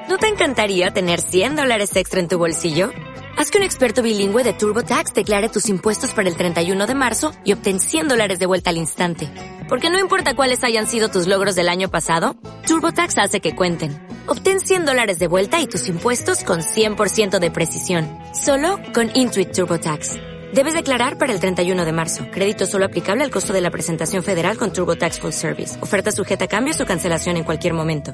¿No te encantaría tener $100 extra en tu bolsillo? Haz que un experto bilingüe de TurboTax declare tus impuestos para el 31 de marzo y obtén $100 de vuelta al instante. Porque no importa cuáles hayan sido tus logros del año pasado, TurboTax hace que cuenten. Obtén $100 de vuelta y tus impuestos con 100% de precisión. Solo con Intuit TurboTax. Debes declarar para el 31 de marzo. Crédito solo aplicable al costo de la presentación federal con TurboTax Full Service. Oferta sujeta a cambios o cancelación en cualquier momento.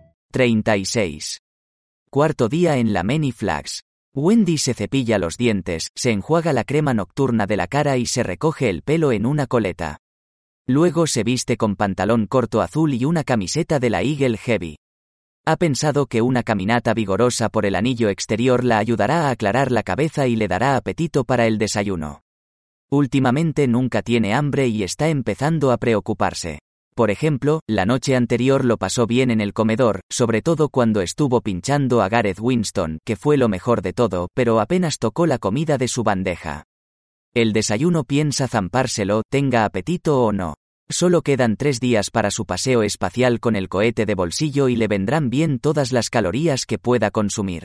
36. Cuarto día en la Many Flags. Wendy se cepilla los dientes, se enjuaga la crema nocturna de la cara y se recoge el pelo en una coleta. Luego se viste con pantalón corto azul y una camiseta de la Eagle Heavy. Ha pensado que una caminata vigorosa por el anillo exterior la ayudará a aclarar la cabeza y le dará apetito para el desayuno. Últimamente nunca tiene hambre y está empezando a preocuparse. Por ejemplo, la noche anterior lo pasó bien en el comedor, sobre todo cuando estuvo pinchando a Gareth Winston, que fue lo mejor de todo, pero apenas tocó la comida de su bandeja. El desayuno piensa zampárselo, tenga apetito o no. Solo quedan 3 días para su paseo espacial con el cohete de bolsillo y le vendrán bien todas las calorías que pueda consumir.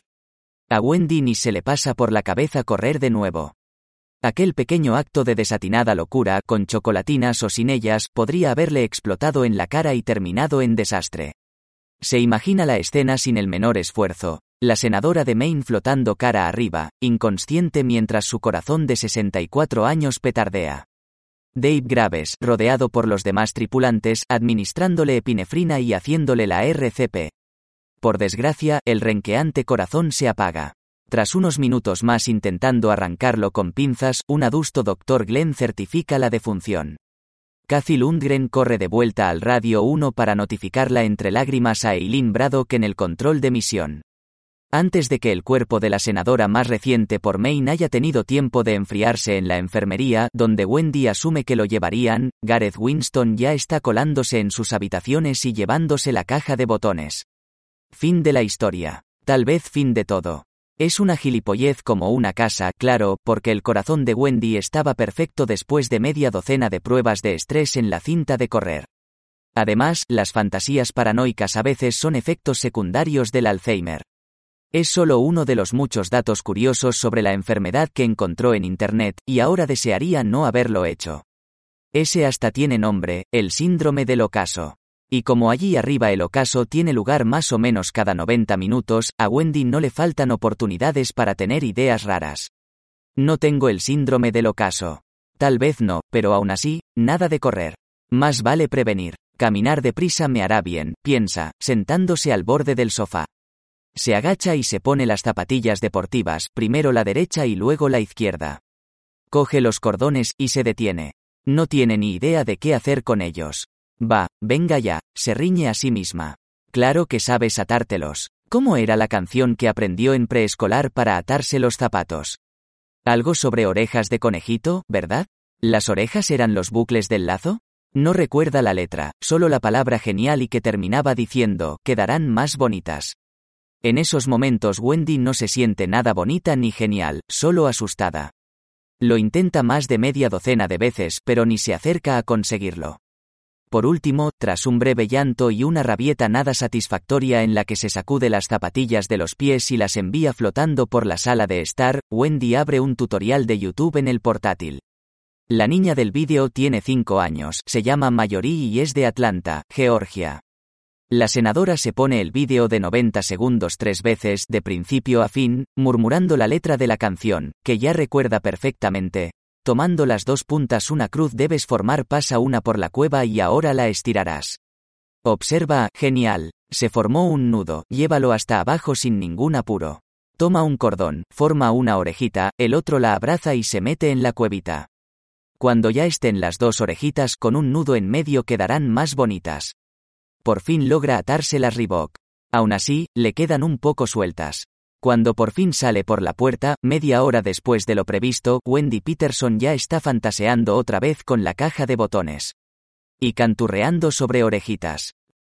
A Wendy ni se le pasa por la cabeza correr de nuevo. Aquel pequeño acto de desatinada locura, con chocolatinas o sin ellas, podría haberle explotado en la cara y terminado en desastre. Se imagina la escena sin el menor esfuerzo, la senadora de Maine flotando cara arriba, inconsciente mientras su corazón de 64 años petardea. Dave Graves, rodeado por los demás tripulantes, administrándole epinefrina y haciéndole la RCP. Por desgracia, el renqueante corazón se apaga. Tras unos minutos más intentando arrancarlo con pinzas, un adusto Dr. Glenn certifica la defunción. Cathy Lundgren corre de vuelta al radio 1 para notificarla entre lágrimas a Eileen Braddock en el control de misión. Antes de que el cuerpo de la senadora más reciente por Maine haya tenido tiempo de enfriarse en la enfermería, donde Wendy asume que lo llevarían, Gareth Winston ya está colándose en sus habitaciones y llevándose la caja de botones. Fin de la historia. Tal vez fin de todo. Es una gilipollez como una casa, claro, porque el corazón de Wendy estaba perfecto después de media docena de pruebas de estrés en la cinta de correr. Además, las fantasías paranoicas a veces son efectos secundarios del Alzheimer. Es solo uno de los muchos datos curiosos sobre la enfermedad que encontró en Internet, y ahora desearía no haberlo hecho. Ese hasta tiene nombre, el síndrome del ocaso. Y como allí arriba el ocaso tiene lugar más o menos cada 90 minutos, a Wendy no le faltan oportunidades para tener ideas raras. No tengo el síndrome del ocaso. Tal vez no, pero aún así, nada de correr. Más vale prevenir. Caminar deprisa me hará bien, piensa, sentándose al borde del sofá. Se agacha y se pone las zapatillas deportivas, primero la derecha y luego la izquierda. Coge los cordones y se detiene. No tiene ni idea de qué hacer con ellos. Va, venga ya, se riñe a sí misma. Claro que sabes atártelos. ¿Cómo era la canción que aprendió en preescolar para atarse los zapatos? Algo sobre orejas de conejito, ¿verdad? ¿Las orejas eran los bucles del lazo? No recuerda la letra, solo la palabra genial y que terminaba diciendo, quedarán más bonitas. En esos momentos Wendy no se siente nada bonita ni genial, solo asustada. Lo intenta más de media docena de veces, pero ni se acerca a conseguirlo. Por último, tras un breve llanto y una rabieta nada satisfactoria en la que se sacude las zapatillas de los pies y las envía flotando por la sala de estar, Wendy abre un tutorial de YouTube en el portátil. La niña del vídeo tiene 5 años, se llama Mallory y es de Atlanta, Georgia. La senadora se pone el vídeo de 90 segundos 3 veces, de principio a fin, murmurando la letra de la canción, que ya recuerda perfectamente. Tomando las 2 puntas una cruz debes formar, pasa una por la cueva y ahora la estirarás. Observa, genial, se formó un nudo, llévalo hasta abajo sin ningún apuro. Toma un cordón, forma una orejita, el otro la abraza y se mete en la cuevita. Cuando ya estén las 2 orejitas con un nudo en medio quedarán más bonitas. Por fin logra atarse las Reebok. Aún así, le quedan un poco sueltas. Cuando por fin sale por la puerta, media hora después de lo previsto, Wendy Peterson ya está fantaseando otra vez con la caja de botones. Y canturreando sobre orejitas.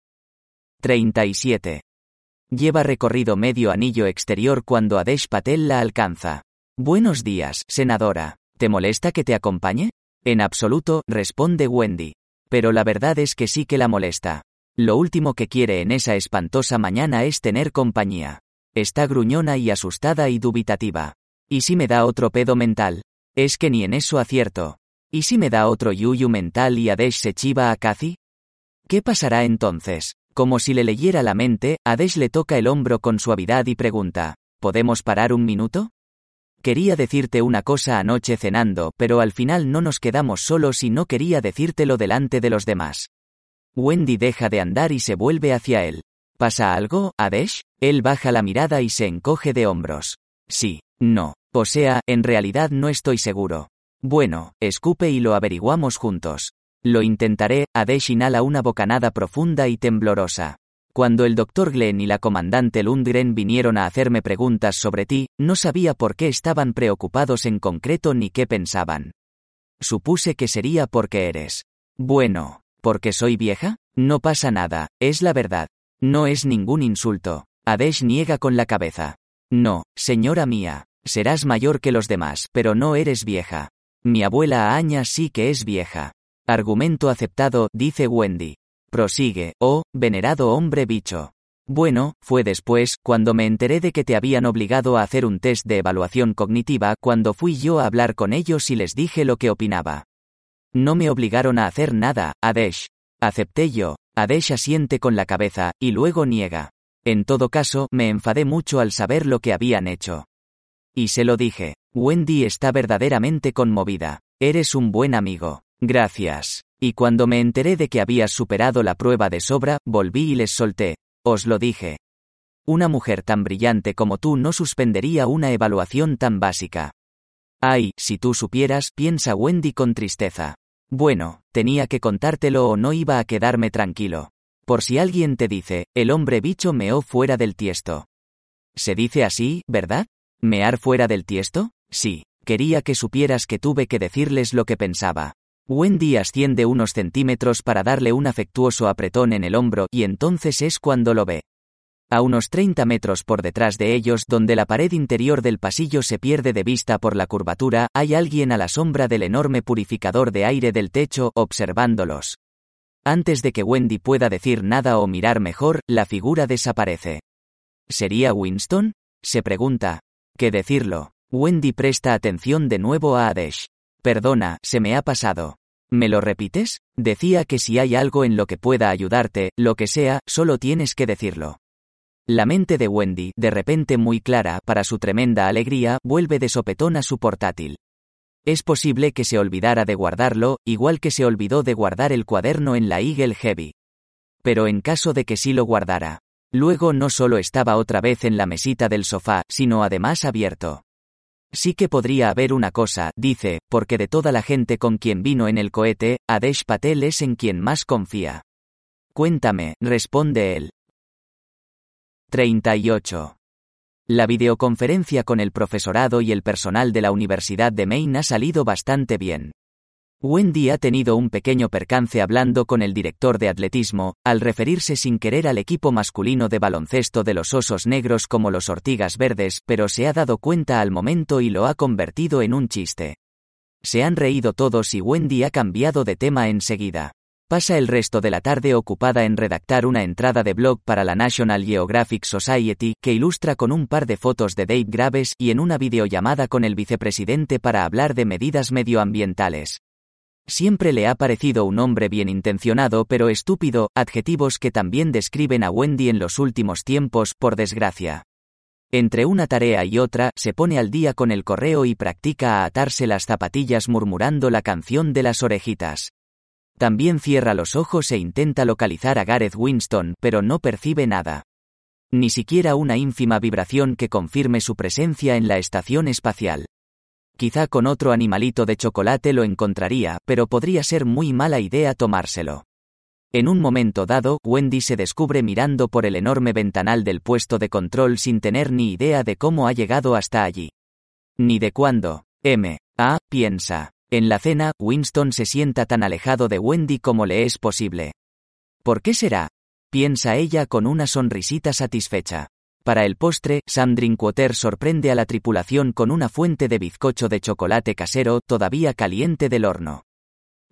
37. Lleva recorrido medio anillo exterior cuando Adesh Patel la alcanza. Buenos días, senadora. ¿Te molesta que te acompañe? En absoluto, responde Wendy. Pero la verdad es que sí que la molesta. Lo último que quiere en esa espantosa mañana es tener compañía. Está gruñona y asustada y dubitativa. ¿Y si me da otro pedo mental? Es que ni en eso acierto. ¿Y si me da otro yuyu mental y Adesh se chiva a Cathy? ¿Qué pasará entonces? Como si le leyera la mente, Adesh le toca el hombro con suavidad y pregunta, ¿podemos parar un minuto? Quería decirte una cosa anoche cenando, pero al final no nos quedamos solos y no quería decírtelo delante de los demás. Wendy deja de andar y se vuelve hacia él. ¿Pasa algo, Adesh? Él baja la mirada y se encoge de hombros. Sí, no. O sea, en realidad no estoy seguro. Bueno, escupe y lo averiguamos juntos. Lo intentaré. Adesh inhala una bocanada profunda y temblorosa. Cuando el Dr. Glenn y la comandante Lundgren vinieron a hacerme preguntas sobre ti, no sabía por qué estaban preocupados en concreto ni qué pensaban. Supuse que sería porque eres. Bueno, ¿porque soy vieja? No pasa nada, es la verdad. No es ningún insulto. Adesh niega con la cabeza. No, señora mía, serás mayor que los demás, pero no eres vieja. Mi abuela Anya sí que es vieja. Argumento aceptado, dice Wendy. Prosigue, oh, venerado hombre bicho. Bueno, fue después, cuando me enteré de que te habían obligado a hacer un test de evaluación cognitiva, cuando fui yo a hablar con ellos y les dije lo que opinaba. No me obligaron a hacer nada, Adesh. Acepté yo. Adesh asiente con la cabeza, y luego niega. En todo caso, me enfadé mucho al saber lo que habían hecho. Y se lo dije. Wendy está verdaderamente conmovida. Eres un buen amigo. Gracias. Y cuando me enteré de que habías superado la prueba de sobra, volví y les solté. Os lo dije. Una mujer tan brillante como tú no suspendería una evaluación tan básica. Ay, si tú supieras, piensa Wendy con tristeza. Bueno, tenía que contártelo o no iba a quedarme tranquilo. Por si alguien te dice, el hombre bicho meó fuera del tiesto. Se dice así, ¿verdad? ¿Mear fuera del tiesto? Sí. Quería que supieras que tuve que decirles lo que pensaba. Wendy asciende unos centímetros para darle un afectuoso apretón en el hombro y entonces es cuando lo ve. A unos 30 metros por detrás de ellos, donde la pared interior del pasillo se pierde de vista por la curvatura, hay alguien a la sombra del enorme purificador de aire del techo, observándolos. Antes de que Wendy pueda decir nada o mirar mejor, la figura desaparece. ¿Sería Winston? Se pregunta. ¿Qué decirlo? Wendy presta atención de nuevo a Adesh. Perdona, se me ha pasado. ¿Me lo repites? Decía que si hay algo en lo que pueda ayudarte, lo que sea, solo tienes que decirlo. La mente de Wendy, de repente muy clara, para su tremenda alegría, vuelve de sopetón a su portátil. Es posible que se olvidara de guardarlo, igual que se olvidó de guardar el cuaderno en la Eagle Heavy. Pero en caso de que sí lo guardara. Luego no solo estaba otra vez en la mesita del sofá, sino además abierto. Sí que podría haber una cosa, dice, porque de toda la gente con quien vino en el cohete, Adesh Patel es en quien más confía. Cuéntame, responde él. 38. La videoconferencia con el profesorado y el personal de la Universidad de Maine ha salido bastante bien. Wendy ha tenido un pequeño percance hablando con el director de atletismo, al referirse sin querer al equipo masculino de baloncesto de los Osos Negros como los Ortigas Verdes, pero se ha dado cuenta al momento y lo ha convertido en un chiste. Se han reído todos y Wendy ha cambiado de tema enseguida. Pasa el resto de la tarde ocupada en redactar una entrada de blog para la National Geographic Society, que ilustra con un par de fotos de Dave Graves y en una videollamada con el vicepresidente para hablar de medidas medioambientales. Siempre le ha parecido un hombre bien intencionado pero estúpido, adjetivos que también describen a Wendy en los últimos tiempos, por desgracia. Entre una tarea y otra, se pone al día con el correo y practica a atarse las zapatillas murmurando la canción de las orejitas. También cierra los ojos e intenta localizar a Gareth Winston, pero no percibe nada. Ni siquiera una ínfima vibración que confirme su presencia en la estación espacial. Quizá con otro animalito de chocolate lo encontraría, pero podría ser muy mala idea tomárselo. En un momento dado, Wendy se descubre mirando por el enorme ventanal del puesto de control sin tener ni idea de cómo ha llegado hasta allí. Ni de cuándo. Piensa. En la cena, Winston se sienta tan alejado de Wendy como le es posible. ¿Por qué será? Piensa ella con una sonrisita satisfecha. Para el postre, Sam Drinkwater sorprende a la tripulación con una fuente de bizcocho de chocolate casero, todavía caliente del horno.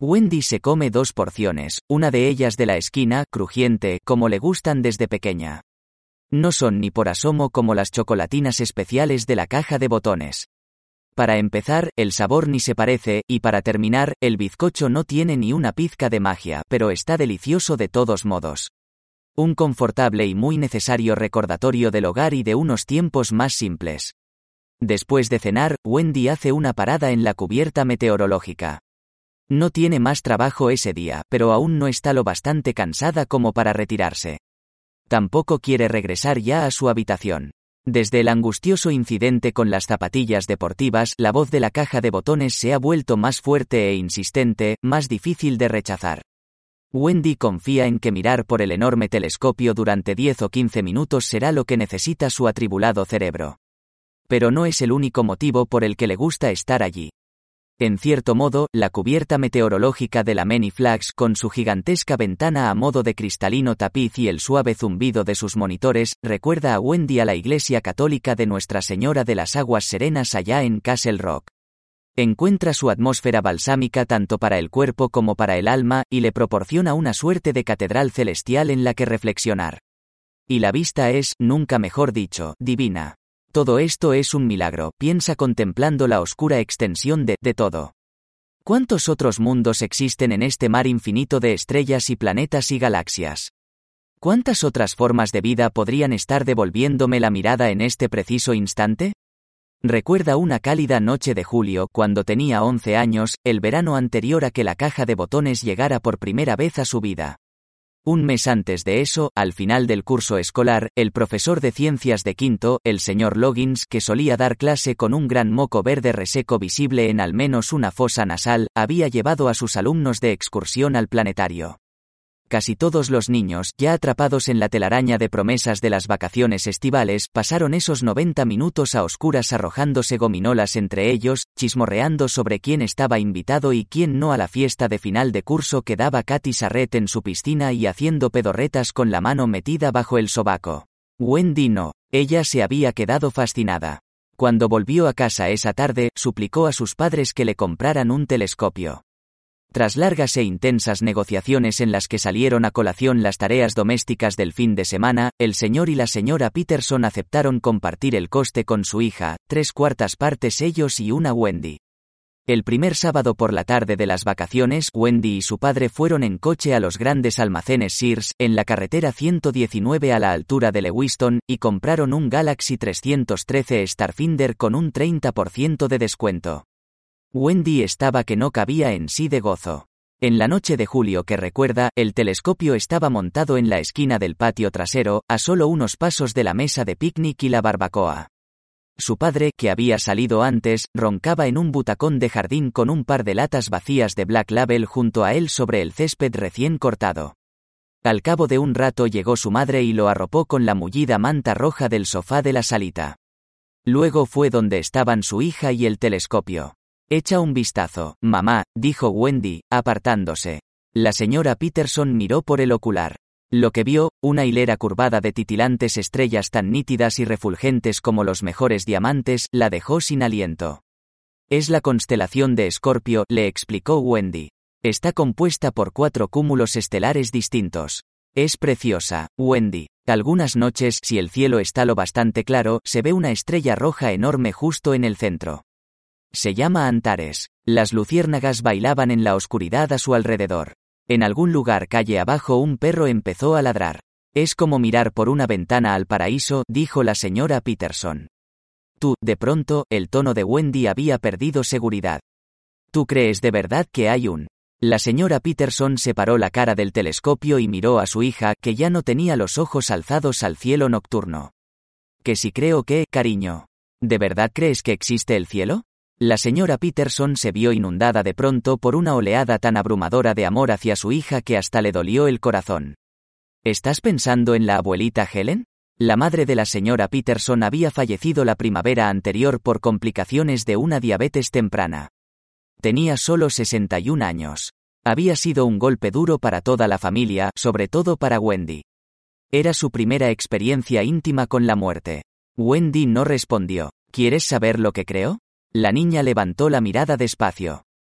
Wendy se come 2 porciones, una de ellas de la esquina, crujiente, como le gustan desde pequeña. No son ni por asomo como las chocolatinas especiales de la caja de botones. Para empezar, el sabor ni se parece, y para terminar, el bizcocho no tiene ni una pizca de magia, pero está delicioso de todos modos. Un confortable y muy necesario recordatorio del hogar y de unos tiempos más simples. Después de cenar, Wendy hace una parada en la cubierta meteorológica. No tiene más trabajo ese día, pero aún no está lo bastante cansada como para retirarse. Tampoco quiere regresar ya a su habitación. Desde el angustioso incidente con las zapatillas deportivas, la voz de la caja de botones se ha vuelto más fuerte e insistente, más difícil de rechazar. Wendy confía en que mirar por el enorme telescopio durante 10 o 15 minutos será lo que necesita su atribulado cerebro. Pero no es el único motivo por el que le gusta estar allí. En cierto modo, la cubierta meteorológica de la Many Flags, con su gigantesca ventana a modo de cristalino tapiz y el suave zumbido de sus monitores, recuerda a Wendy a la iglesia católica de Nuestra Señora de las Aguas Serenas allá en Castle Rock. Encuentra su atmósfera balsámica tanto para el cuerpo como para el alma, y le proporciona una suerte de catedral celestial en la que reflexionar. Y la vista es, nunca mejor dicho, divina. Todo esto es un milagro, piensa contemplando la oscura extensión de todo. ¿Cuántos otros mundos existen en este mar infinito de estrellas y planetas y galaxias? ¿Cuántas otras formas de vida podrían estar devolviéndome la mirada en este preciso instante? Recuerda una cálida noche de julio, cuando tenía 11 años, el verano anterior a que la caja de botones llegara por primera vez a su vida. Un mes antes de eso, al final del curso escolar, el profesor de ciencias de quinto, el señor Loggins, que solía dar clase con un gran moco verde reseco visible en al menos una fosa nasal, había llevado a sus alumnos de excursión al planetario. Casi todos los niños, ya atrapados en la telaraña de promesas de las vacaciones estivales, pasaron esos 90 minutos a oscuras arrojándose gominolas entre ellos, chismorreando sobre quién estaba invitado y quién no a la fiesta de final de curso que daba Katy Sarret en su piscina y haciendo pedorretas con la mano metida bajo el sobaco. Wendy no. Ella se había quedado fascinada. Cuando volvió a casa esa tarde, suplicó a sus padres que le compraran un telescopio. Tras largas e intensas negociaciones en las que salieron a colación las tareas domésticas del fin de semana, el señor y la señora Peterson aceptaron compartir el coste con su hija, 3/4 partes ellos y una Wendy. El primer sábado por la tarde de las vacaciones, Wendy y su padre fueron en coche a los grandes almacenes Sears, en la carretera 119 a la altura de Lewiston, y compraron un Galaxy 313 Starfinder con un 30% de descuento. Wendy estaba que no cabía en sí de gozo. En la noche de julio que recuerda, el telescopio estaba montado en la esquina del patio trasero, a solo unos pasos de la mesa de picnic y la barbacoa. Su padre, que había salido antes, roncaba en un butacón de jardín con un par de latas vacías de Black Label junto a él sobre el césped recién cortado. Al cabo de un rato llegó su madre y lo arropó con la mullida manta roja del sofá de la salita. Luego fue donde estaban su hija y el telescopio. «Echa un vistazo, mamá», dijo Wendy, apartándose. La señora Peterson miró por el ocular. Lo que vio, una hilera curvada de titilantes estrellas tan nítidas y refulgentes como los mejores diamantes, la dejó sin aliento. «Es la constelación de Escorpio», le explicó Wendy. «Está compuesta por 4 cúmulos estelares distintos. Es preciosa, Wendy. Algunas noches, si el cielo está lo bastante claro, se ve una estrella roja enorme justo en el centro. Se llama Antares. Las luciérnagas bailaban en la oscuridad a su alrededor. En algún lugar calle abajo un perro empezó a ladrar. Es como mirar por una ventana al paraíso», dijo la señora Peterson. «Tú», de pronto, el tono de Wendy había perdido seguridad. «¿Tú crees de verdad que hay un...?» La señora Peterson separó la cara del telescopio y miró a su hija, que ya no tenía los ojos alzados al cielo nocturno. «Que si creo que, cariño. ¿De verdad crees que existe el cielo?» La señora Peterson se vio inundada de pronto por una oleada tan abrumadora de amor hacia su hija que hasta le dolió el corazón. «¿Estás pensando en la abuelita Helen?» La madre de la señora Peterson había fallecido la primavera anterior por complicaciones de una diabetes temprana. Tenía solo 61 años. Había sido un golpe duro para toda la familia, sobre todo para Wendy. Era su primera experiencia íntima con la muerte. Wendy no respondió. «¿Quieres saber lo que creo?» La niña levantó la mirada despacio. «Sí».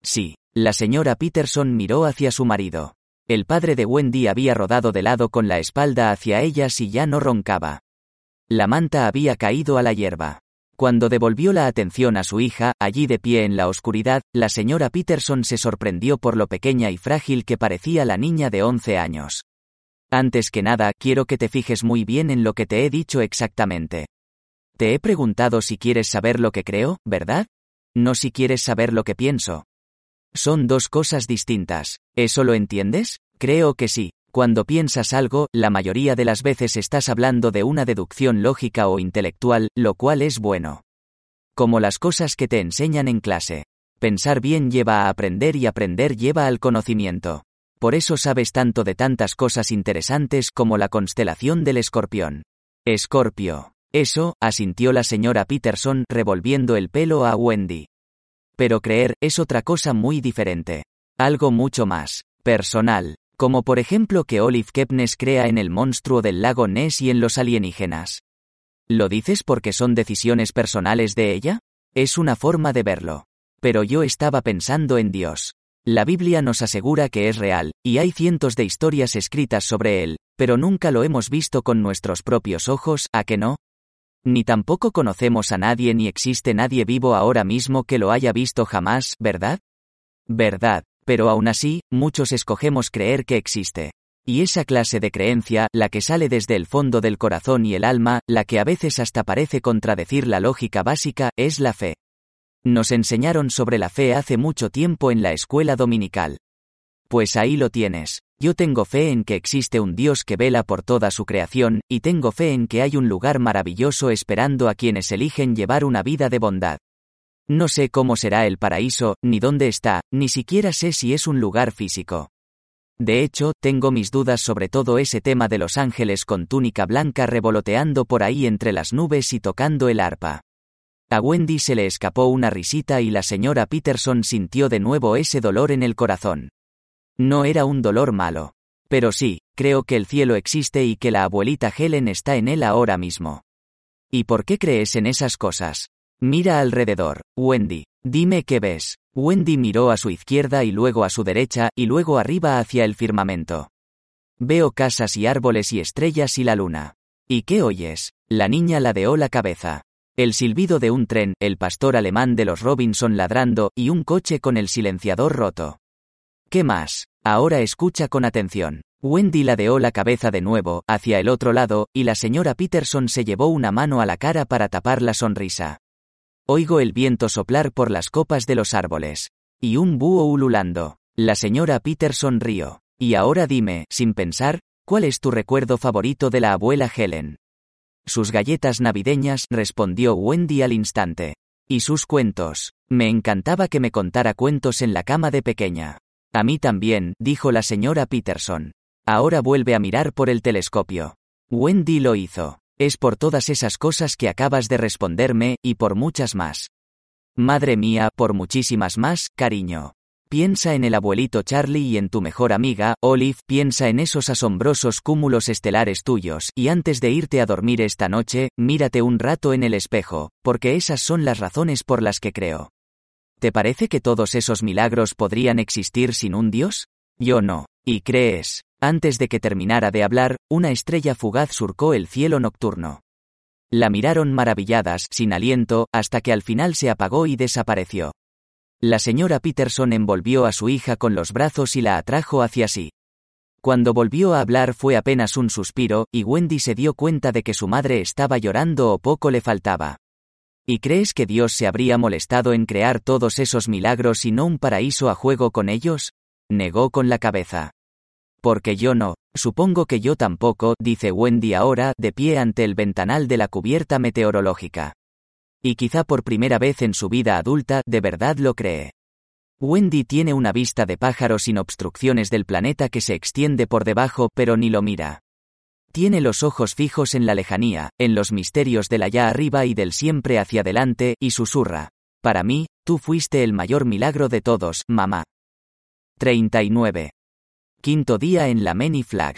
La señora Peterson miró hacia su marido. El padre de Wendy había rodado de lado con la espalda hacia ellas y ya no roncaba. La manta había caído a la hierba. Cuando devolvió la atención a su hija, allí de pie en la oscuridad, la señora Peterson se sorprendió por lo pequeña y frágil que parecía la niña de 11 años. Antes que nada, quiero que te fijes muy bien en lo que te he dicho exactamente. Te he preguntado si quieres saber lo que creo, ¿verdad? No si quieres saber lo que pienso. Son dos cosas distintas. ¿Eso lo entiendes? Creo que sí. Cuando piensas algo, la mayoría de las veces estás hablando de una deducción lógica o intelectual, lo cual es bueno. Como las cosas que te enseñan en clase. Pensar bien lleva a aprender y aprender lleva al conocimiento. Por eso sabes tanto de tantas cosas interesantes como la constelación del Escorpión. Escorpio. Eso, asintió la señora Peterson, revolviendo el pelo a Wendy. Pero creer es otra cosa muy diferente. Algo mucho más personal. Como por ejemplo que Olive Kepnes crea en el monstruo del lago Ness y en los alienígenas. ¿Lo dices porque son decisiones personales de ella? Es una forma de verlo. Pero yo estaba pensando en Dios. La Biblia nos asegura que es real, y hay cientos de historias escritas sobre él, pero nunca lo hemos visto con nuestros propios ojos, ¿a que no? Ni tampoco conocemos a nadie ni existe nadie vivo ahora mismo que lo haya visto jamás, ¿verdad? Verdad. Pero aún así, muchos escogemos creer que existe. Y esa clase de creencia, la que sale desde el fondo del corazón y el alma, la que a veces hasta parece contradecir la lógica básica, es la fe. Nos enseñaron sobre la fe hace mucho tiempo en la escuela dominical. Pues ahí lo tienes. Yo tengo fe en que existe un Dios que vela por toda su creación, y tengo fe en que hay un lugar maravilloso esperando a quienes eligen llevar una vida de bondad. No sé cómo será el paraíso, ni dónde está, ni siquiera sé si es un lugar físico. De hecho, tengo mis dudas sobre todo ese tema de los ángeles con túnica blanca revoloteando por ahí entre las nubes y tocando el arpa. A Wendy se le escapó una risita y la señora Peterson sintió de nuevo ese dolor en el corazón. No era un dolor malo. Pero sí, creo que el cielo existe y que la abuelita Helen está en él ahora mismo. ¿Y por qué crees en esas cosas? Mira alrededor, Wendy. Dime qué ves. Wendy miró a su izquierda y luego a su derecha, y luego arriba hacia el firmamento. Veo casas y árboles y estrellas y la luna. ¿Y qué oyes? La niña ladeó la cabeza. El silbido de un tren, el pastor alemán de los Robinson ladrando, y un coche con el silenciador roto. ¿Qué más? Ahora escucha con atención. Wendy ladeó la cabeza de nuevo, hacia el otro lado, y la señora Peterson se llevó una mano a la cara para tapar la sonrisa. Oigo el viento soplar por las copas de los árboles. Y un búho ululando. La señora Peterson rió. Y ahora dime, sin pensar, ¿cuál es tu recuerdo favorito de la abuela Helen? Sus galletas navideñas, respondió Wendy al instante. Y sus cuentos. Me encantaba que me contara cuentos en la cama de pequeña. A mí también, dijo la señora Peterson. Ahora vuelve a mirar por el telescopio. Wendy lo hizo. Es por todas esas cosas que acabas de responderme, y por muchas más. Madre mía, por muchísimas más, cariño. Piensa en el abuelito Charlie y en tu mejor amiga, Olive, piensa en esos asombrosos cúmulos estelares tuyos, y antes de irte a dormir esta noche, mírate un rato en el espejo, porque esas son las razones por las que creo. ¿Te parece que todos esos milagros podrían existir sin un Dios? Yo no. ¿Y crees? Antes de que terminara de hablar, una estrella fugaz surcó el cielo nocturno. La miraron maravilladas, sin aliento, hasta que al final se apagó y desapareció. La señora Peterson envolvió a su hija con los brazos y la atrajo hacia sí. Cuando volvió a hablar fue apenas un suspiro, y Wendy se dio cuenta de que su madre estaba llorando o poco le faltaba. ¿Y crees que Dios se habría molestado en crear todos esos milagros y no un paraíso a juego con ellos? Negó con la cabeza. Porque yo no, supongo que yo tampoco, dice Wendy ahora, de pie ante el ventanal de la cubierta meteorológica. Y quizá por primera vez en su vida adulta, de verdad lo cree. Wendy tiene una vista de pájaro sin obstrucciones del planeta que se extiende por debajo, pero ni lo mira. Tiene los ojos fijos en la lejanía, en los misterios del allá arriba y del siempre hacia adelante, y susurra. Para mí, tú fuiste el mayor milagro de todos, mamá. 39. Quinto día en la Many Flags.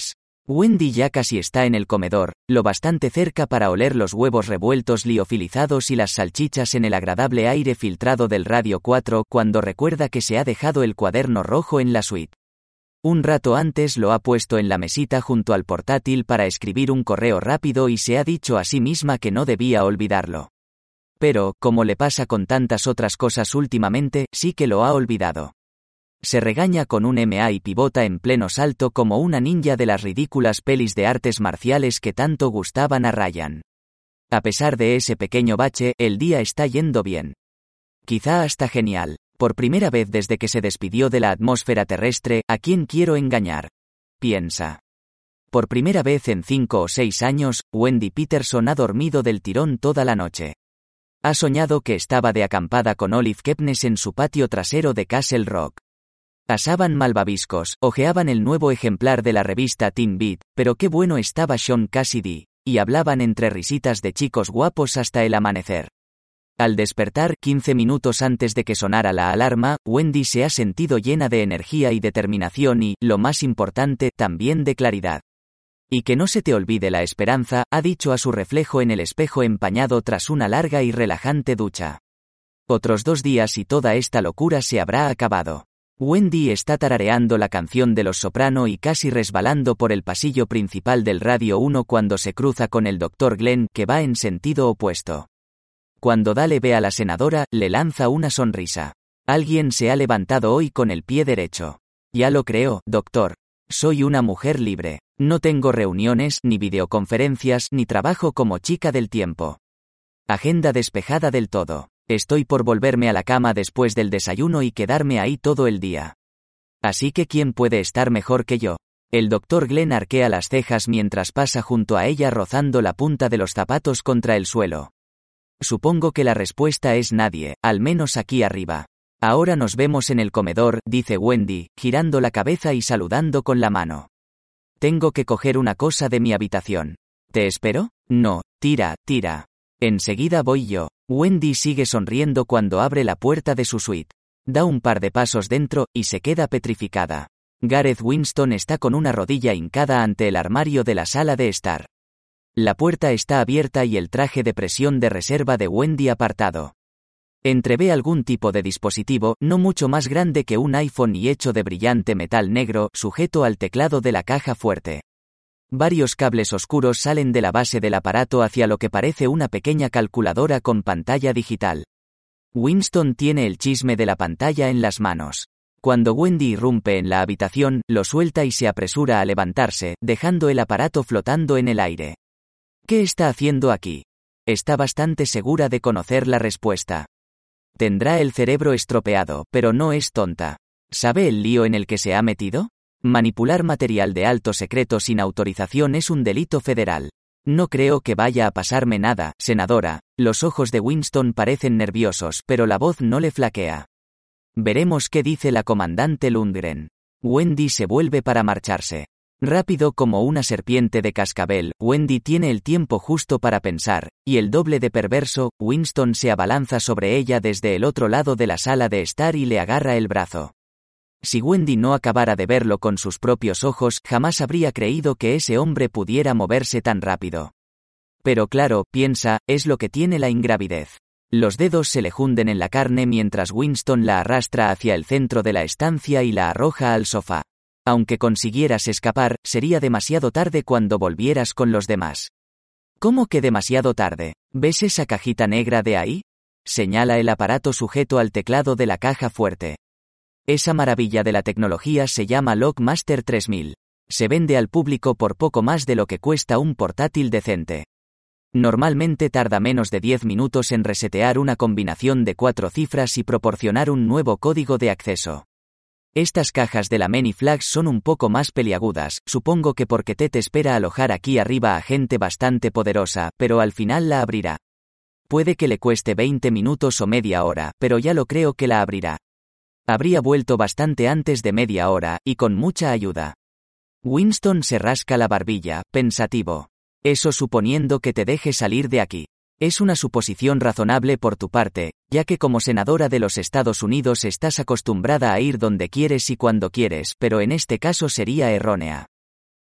Wendy ya casi está en el comedor, lo bastante cerca para oler los huevos revueltos liofilizados y las salchichas en el agradable aire filtrado del Radio 4 cuando recuerda que se ha dejado el cuaderno rojo en la suite. Un rato antes lo ha puesto en la mesita junto al portátil para escribir un correo rápido y se ha dicho a sí misma que no debía olvidarlo. Pero, como le pasa con tantas otras cosas últimamente, sí que lo ha olvidado. Se regaña con un MA y pivota en pleno salto como una ninja de las ridículas pelis de artes marciales que tanto gustaban a Ryan. A pesar de ese pequeño bache, el día está yendo bien. Quizá hasta genial. Por primera vez desde que se despidió de la atmósfera terrestre, ¿a quién quiero engañar? Piensa. Por primera vez en 5 o 6 años, Wendy Peterson ha dormido del tirón toda la noche. Ha soñado que estaba de acampada con Olive Kepnes en su patio trasero de Castle Rock. Asaban malvaviscos, hojeaban el nuevo ejemplar de la revista Teen Beat, pero qué bueno estaba Sean Cassidy, y hablaban entre risitas de chicos guapos hasta el amanecer. Al despertar, 15 minutos antes de que sonara la alarma, Wendy se ha sentido llena de energía y determinación y, lo más importante, también de claridad. Y que no se te olvide la esperanza, ha dicho a su reflejo en el espejo empañado tras una larga y relajante ducha. Otros 2 días y toda esta locura se habrá acabado. Wendy está tarareando la canción de Los Soprano y casi resbalando por el pasillo principal del Radio 1 cuando se cruza con el Dr. Glenn, que va en sentido opuesto. Cuando Dale ve a la senadora, le lanza una sonrisa. Alguien se ha levantado hoy con el pie derecho. Ya lo creo, doctor. Soy una mujer libre. No tengo reuniones, ni videoconferencias, ni trabajo como chica del tiempo. Agenda despejada del todo. Estoy por volverme a la cama después del desayuno y quedarme ahí todo el día. Así que ¿quién puede estar mejor que yo? El Dr. Glenn arquea las cejas mientras pasa junto a ella rozando la punta de los zapatos contra el suelo. Supongo que la respuesta es nadie, al menos aquí arriba. Ahora nos vemos en el comedor, dice Wendy, girando la cabeza y saludando con la mano. Tengo que coger una cosa de mi habitación. ¿Te espero? No, tira. Enseguida voy yo. Wendy sigue sonriendo cuando abre la puerta de su suite. Da un par de pasos dentro, y se queda petrificada. Gareth Winston está con una rodilla hincada ante el armario de la sala de estar. La puerta está abierta y el traje de presión de reserva de Wendy apartado. Entrevé algún tipo de dispositivo, no mucho más grande que un iPhone y hecho de brillante metal negro, sujeto al teclado de la caja fuerte. Varios cables oscuros salen de la base del aparato hacia lo que parece una pequeña calculadora con pantalla digital. Winston tiene el chisme de la pantalla en las manos. Cuando Wendy irrumpe en la habitación, lo suelta y se apresura a levantarse, dejando el aparato flotando en el aire. ¿Qué está haciendo aquí? Está bastante segura de conocer la respuesta. Tendrá el cerebro estropeado, pero no es tonta. ¿Sabe el lío en el que se ha metido? Manipular material de alto secreto sin autorización es un delito federal. No creo que vaya a pasarme nada, senadora. Los ojos de Winston parecen nerviosos, pero la voz no le flaquea. Veremos qué dice la comandante Lundgren. Wendy se vuelve para marcharse. Rápido como una serpiente de cascabel, Wendy tiene el tiempo justo para pensar, y el doble de perverso, Winston se abalanza sobre ella desde el otro lado de la sala de estar y le agarra el brazo. Si Wendy no acabara de verlo con sus propios ojos, jamás habría creído que ese hombre pudiera moverse tan rápido. Pero claro, piensa, es lo que tiene la ingravidez. Los dedos se le hunden en la carne mientras Winston la arrastra hacia el centro de la estancia y la arroja al sofá. Aunque consiguieras escapar, sería demasiado tarde cuando volvieras con los demás. ¿Cómo que demasiado tarde? ¿Ves esa cajita negra de ahí? Señala el aparato sujeto al teclado de la caja fuerte. Esa maravilla de la tecnología se llama Lockmaster 3000. Se vende al público por poco más de lo que cuesta un portátil decente. Normalmente tarda menos de 10 minutos en resetear una combinación de 4 cifras y proporcionar un nuevo código de acceso. Estas cajas de la Many Flags son un poco más peliagudas, supongo que porque Ted espera alojar aquí arriba a gente bastante poderosa, pero al final la abrirá. Puede que le cueste 20 minutos o media hora, pero ya lo creo que la abrirá. Habría vuelto bastante antes de media hora, y con mucha ayuda. Winston se rasca la barbilla, pensativo. Eso suponiendo que te deje salir de aquí. Es una suposición razonable por tu parte, ya que como senadora de los Estados Unidos estás acostumbrada a ir donde quieres y cuando quieres, pero en este caso sería errónea.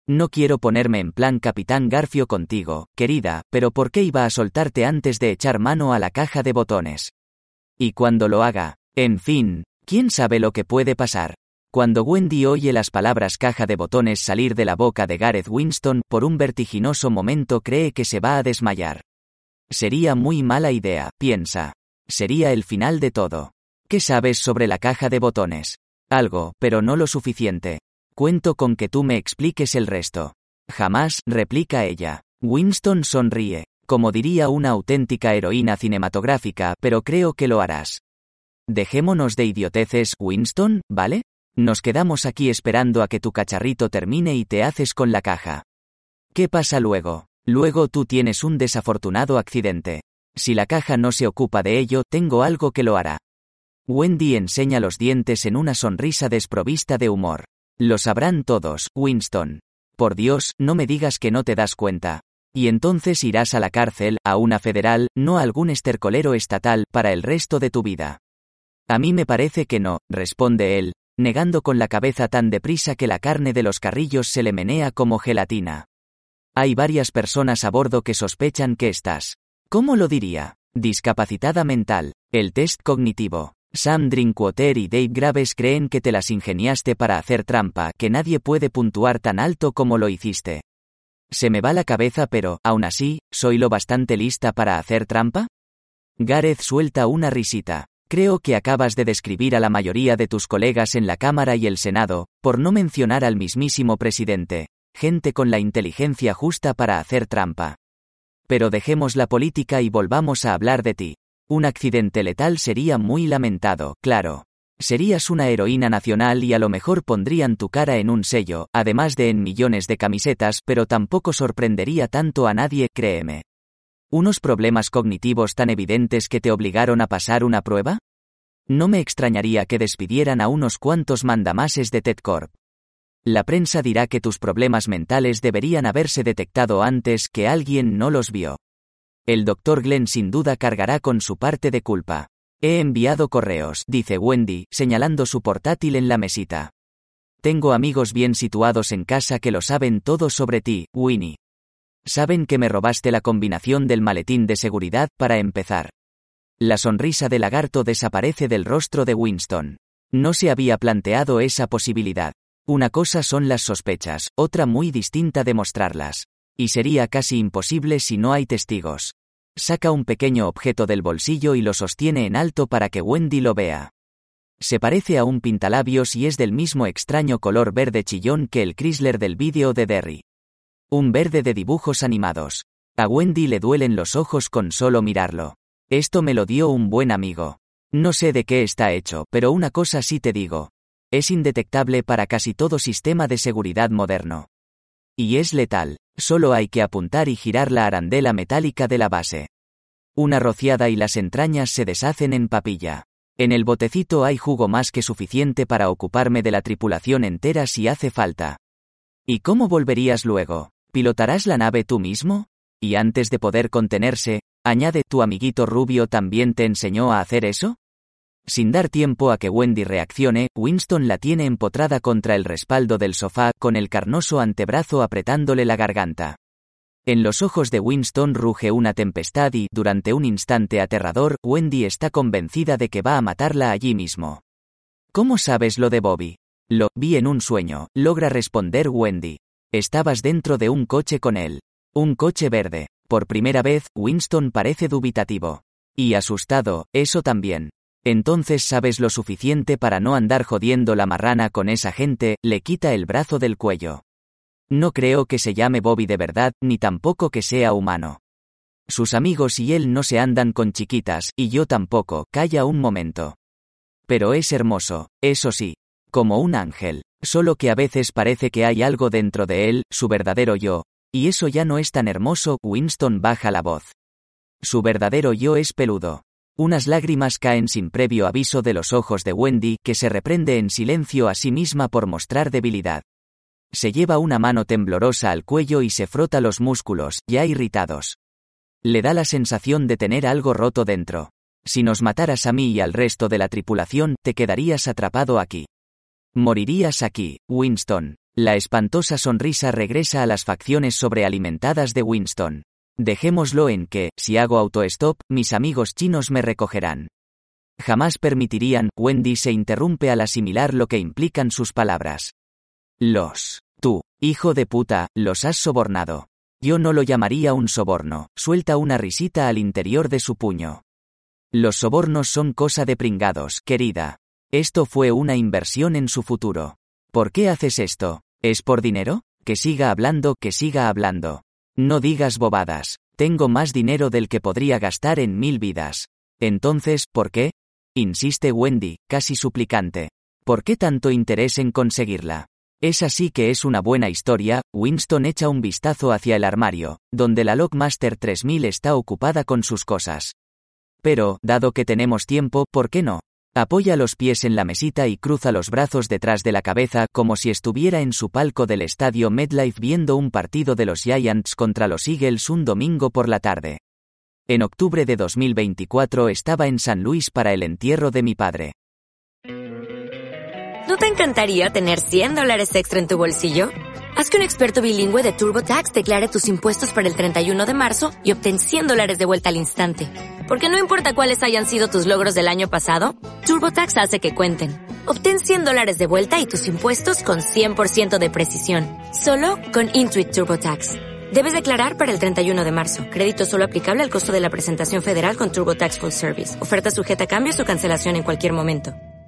No quiero ponerme en plan Capitán Garfio contigo, querida, pero ¿por qué iba a soltarte antes de echar mano a la caja de botones? Y cuando lo haga, en fin, ¿quién sabe lo que puede pasar? Cuando Wendy oye las palabras caja de botones salir de la boca de Gareth Winston, por un vertiginoso momento cree que se va a desmayar. Sería muy mala idea, piensa. Sería el final de todo. ¿Qué sabes sobre la caja de botones? Algo, pero no lo suficiente. Cuento con que tú me expliques el resto. Jamás, replica ella. Winston sonríe, como diría una auténtica heroína cinematográfica, pero creo que lo harás. Dejémonos de idioteces, Winston, ¿vale? Nos quedamos aquí esperando a que tu cacharrito termine y te haces con la caja. ¿Qué pasa luego? Luego tú tienes un desafortunado accidente. Si la caja no se ocupa de ello, tengo algo que lo hará. Wendy enseña los dientes en una sonrisa desprovista de humor. Lo sabrán todos, Winston. Por Dios, no me digas que no te das cuenta. Y entonces irás a la cárcel, a una federal, no a algún estercolero estatal, para el resto de tu vida. A mí me parece que no, responde él, negando con la cabeza tan deprisa que la carne de los carrillos se le menea como gelatina. Hay varias personas a bordo que sospechan que estás, ¿cómo lo diría? Discapacitada mental. El test cognitivo. Sam Drinkwater y Dave Graves creen que te las ingeniaste para hacer trampa, que nadie puede puntuar tan alto como lo hiciste. Se me va la cabeza, pero, aún así, ¿soy lo bastante lista para hacer trampa? Gareth suelta una risita. Creo que acabas de describir a la mayoría de tus colegas en la Cámara y el Senado, por no mencionar al mismísimo presidente, gente con la inteligencia justa para hacer trampa. Pero dejemos la política y volvamos a hablar de ti. Un accidente letal sería muy lamentado, claro. Serías una heroína nacional y a lo mejor pondrían tu cara en un sello, además de en millones de camisetas, pero tampoco sorprendería tanto a nadie, créeme. ¿Unos problemas cognitivos tan evidentes que te obligaron a pasar una prueba? No me extrañaría que despidieran a unos cuantos mandamases de Ted Corp. La prensa dirá que tus problemas mentales deberían haberse detectado antes, que alguien no los vio. El Dr. Glenn sin duda cargará con su parte de culpa. He enviado correos, dice Wendy, señalando su portátil en la mesita. Tengo amigos bien situados en casa que lo saben todo sobre ti, Winnie. Saben que me robaste la combinación del maletín de seguridad, para empezar. La sonrisa de lagarto desaparece del rostro de Winston. No se había planteado esa posibilidad. Una cosa son las sospechas, otra muy distinta demostrarlas. Y sería casi imposible si no hay testigos. Saca un pequeño objeto del bolsillo y lo sostiene en alto para que Wendy lo vea. Se parece a un pintalabios y es del mismo extraño color verde chillón que el Chrysler del vídeo de Derry. Un verde de dibujos animados. A Wendy le duelen los ojos con solo mirarlo. Esto me lo dio un buen amigo. No sé de qué está hecho, pero una cosa sí te digo. Es indetectable para casi todo sistema de seguridad moderno. Y es letal. Solo hay que apuntar y girar la arandela metálica de la base. Una rociada y las entrañas se deshacen en papilla. En el botecito hay jugo más que suficiente para ocuparme de la tripulación entera si hace falta. ¿Y cómo volverías luego? ¿Pilotarás la nave tú mismo? Y antes de poder contenerse, añade, ¿tu amiguito rubio también te enseñó a hacer eso? Sin dar tiempo a que Wendy reaccione, Winston la tiene empotrada contra el respaldo del sofá, con el carnoso antebrazo apretándole la garganta. En los ojos de Winston ruge una tempestad y, durante un instante aterrador, Wendy está convencida de que va a matarla allí mismo. ¿Cómo sabes lo de Bobby? Lo vi en un sueño, logra responder Wendy. Estabas dentro de un coche con él. Un coche verde. Por primera vez, Winston parece dubitativo. Y asustado, eso también. Entonces sabes lo suficiente para no andar jodiendo la marrana con esa gente, le quita el brazo del cuello. No creo que se llame Bobby de verdad, ni tampoco que sea humano. Sus amigos y él no se andan con chiquitas, y yo tampoco, calla un momento. Pero es hermoso, eso sí. Como un ángel. Solo que a veces parece que hay algo dentro de él, su verdadero yo. Y eso ya no es tan hermoso, Winston baja la voz. Su verdadero yo es peludo. Unas lágrimas caen sin previo aviso de los ojos de Wendy, que se reprende en silencio a sí misma por mostrar debilidad. Se lleva una mano temblorosa al cuello y se frota los músculos, ya irritados. Le da la sensación de tener algo roto dentro. Si nos mataras a mí y al resto de la tripulación, te quedarías atrapado aquí. Morirías aquí, Winston. La espantosa sonrisa regresa a las facciones sobrealimentadas de Winston. Dejémoslo en que, si hago autostop, mis amigos chinos me recogerán. Jamás permitirían, Wendy se interrumpe al asimilar lo que implican sus palabras. Tú, hijo de puta, los has sobornado. Yo no lo llamaría un soborno, suelta una risita al interior de su puño. Los sobornos son cosa de pringados, querida. Esto fue una inversión en su futuro. ¿Por qué haces esto? ¿Es por dinero? Que siga hablando. No digas bobadas. Tengo más dinero del que podría gastar en 1000 vidas. Entonces, ¿por qué? Insiste Wendy, casi suplicante. ¿Por qué tanto interés en conseguirla? Es así que es una buena historia. Winston echa un vistazo hacia el armario, donde la Lockmaster 3000 está ocupada con sus cosas. Pero, dado que tenemos tiempo, ¿por qué no? Apoya los pies en la mesita y cruza los brazos detrás de la cabeza como si estuviera en su palco del estadio MetLife viendo un partido de los Giants contra los Eagles un domingo por la tarde. En octubre de 2024 estaba en San Luis para el entierro de mi padre. ¿No te encantaría tener $100 extra en tu bolsillo? Haz que un experto bilingüe de TurboTax declare tus impuestos para el 31 de marzo y obtén $100 de vuelta al instante. Porque no importa cuáles hayan sido tus logros del año pasado, TurboTax hace que cuenten. Obtén $100 de vuelta y tus impuestos con 100% de precisión. Solo con Intuit TurboTax. Debes declarar para el 31 de marzo. Crédito solo aplicable al costo de la presentación federal con TurboTax Full Service. Oferta sujeta a cambios o cancelación en cualquier momento.